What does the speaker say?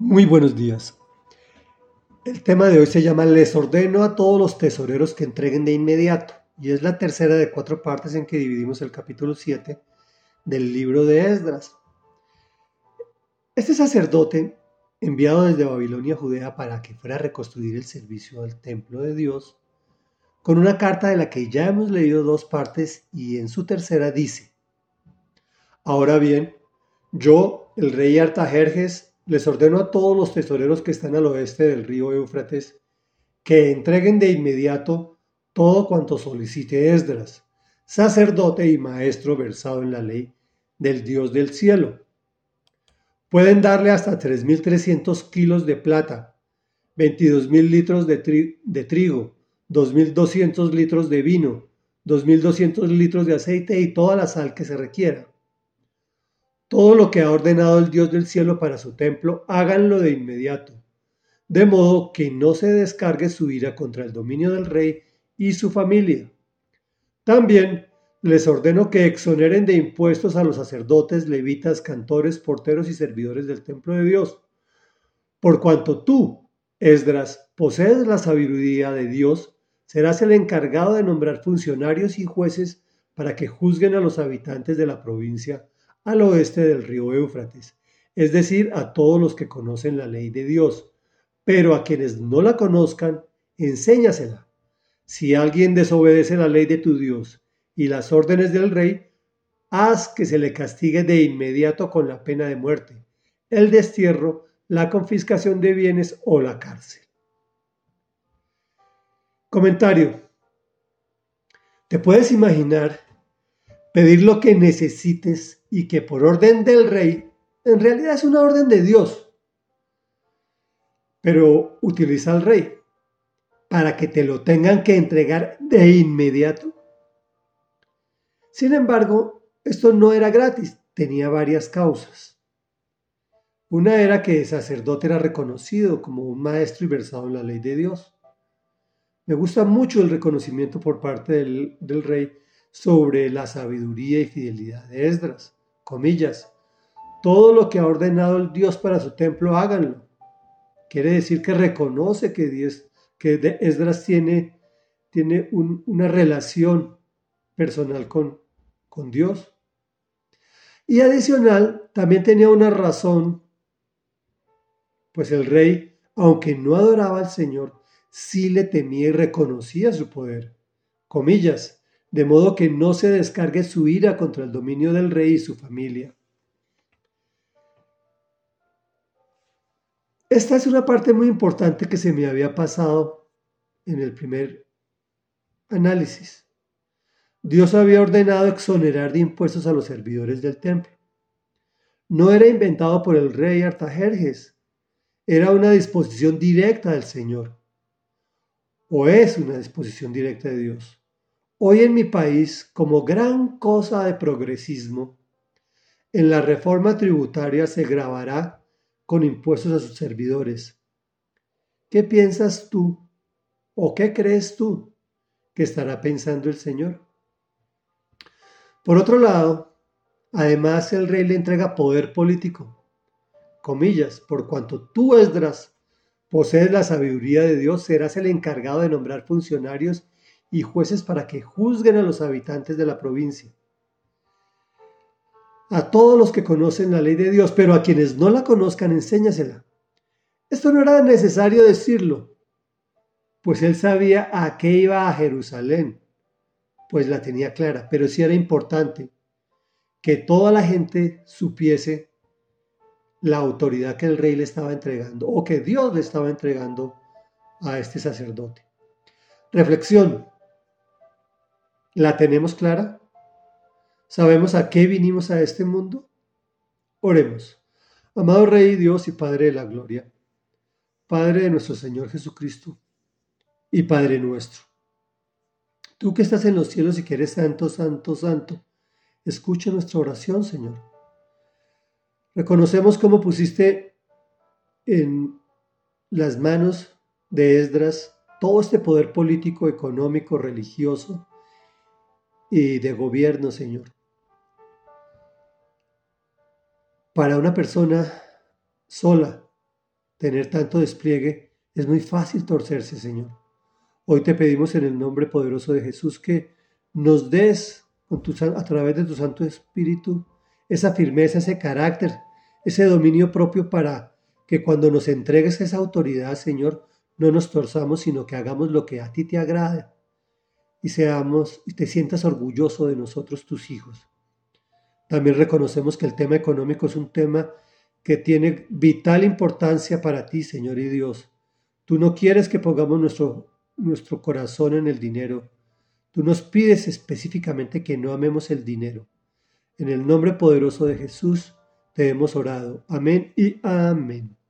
Muy buenos días. El tema de hoy se llama Les ordeno a todos los tesoreros que entreguen de inmediato, y es la tercera de 4 partes en que dividimos el capítulo 7 del libro de Esdras. Este sacerdote, enviado desde Babilonia a Judea para que fuera a reconstruir el servicio al templo de Dios, con una carta de la que ya hemos leído 2 partes y en su tercera dice: Ahora bien, yo, el rey Artajerjes, les ordeno a todos los tesoreros que están al oeste del río Éufrates que entreguen de inmediato todo cuanto solicite Esdras, sacerdote y maestro versado en la ley del Dios del cielo. Pueden darle hasta 3.300 kilos de plata, 22.000 litros de trigo, 2.200 litros de vino, 2.200 litros de aceite y toda la sal que se requiera. Todo lo que ha ordenado el Dios del cielo para su templo, háganlo de inmediato, de modo que no se descargue su ira contra el dominio del rey y su familia. También les ordeno que exoneren de impuestos a los sacerdotes, levitas, cantores, porteros y servidores del templo de Dios. Por cuanto tú, Esdras, posees la sabiduría de Dios, serás el encargado de nombrar funcionarios y jueces para que juzguen a los habitantes de la provincia al oeste del río Éufrates, es decir, a todos los que conocen la ley de Dios. Pero a quienes no la conozcan, enséñasela. Si alguien desobedece la ley de tu Dios y las órdenes del rey, haz que se le castigue de inmediato con la pena de muerte, el destierro, la confiscación de bienes o la cárcel. Comentario. ¿Te puedes imaginar pedir lo que necesites y que por orden del rey, en realidad es una orden de Dios, pero utiliza al rey para que te lo tengan que entregar de inmediato? Sin embargo, esto no era gratis, tenía varias causas. Una era que el sacerdote era reconocido como un maestro y versado en la ley de Dios. Me gusta mucho el reconocimiento por parte del rey sobre la sabiduría y fidelidad de Esdras. Comillas, todo lo que ha ordenado el Dios para su templo, háganlo. Quiere decir que reconoce que Esdras tiene una relación personal con Dios. Y adicional, también tenía una razón, pues el rey, aunque no adoraba al Señor, sí le temía y reconocía su poder. Comillas, de modo que no se descargue su ira contra el dominio del rey y su familia. Esta es una parte muy importante que se me había pasado en el primer análisis. Dios había ordenado exonerar de impuestos a los servidores del templo. No era inventado por el rey Artajerjes, era una disposición directa del Señor, o es una disposición directa de Dios. Hoy en mi país, como gran cosa de progresismo, en la reforma tributaria se gravará con impuestos a sus servidores. ¿Qué piensas tú o qué crees tú que estará pensando el Señor? Por otro lado, además el rey le entrega poder político, comillas, por cuanto tú, Esdras, posees la sabiduría de Dios, serás el encargado de nombrar funcionarios y jueces para que juzguen a los habitantes de la provincia. A todos los que conocen la ley de Dios, pero a quienes no la conozcan, enséñasela. Esto no era necesario decirlo, pues él sabía a qué iba a Jerusalén, pues la tenía clara, pero sí era importante que toda la gente supiese la autoridad que el rey le estaba entregando o que Dios le estaba entregando a este sacerdote. Reflexión. ¿La tenemos clara? ¿Sabemos a qué vinimos a este mundo? Oremos. Amado Rey, Dios y Padre de la Gloria, Padre de nuestro Señor Jesucristo y Padre nuestro, tú que estás en los cielos y que eres santo, santo, santo, escucha nuestra oración, Señor. Reconocemos cómo pusiste en las manos de Esdras todo este poder político, económico, religioso y de gobierno, Señor. Para una persona sola, tener tanto despliegue, es muy fácil torcerse, Señor. Hoy te pedimos en el nombre poderoso de Jesús que nos des a través de tu Santo Espíritu esa firmeza, ese carácter, ese dominio propio para que cuando nos entregues esa autoridad, Señor, no nos torzamos, sino que hagamos lo que a ti te agrada y te sientas orgulloso de nosotros, tus hijos. También reconocemos que el tema económico es un tema que tiene vital importancia para ti, Señor y Dios. Tú no quieres que pongamos nuestro corazón en el dinero. Tú nos pides específicamente que no amemos el dinero. En el nombre poderoso de Jesús te hemos orado. Amén y amén.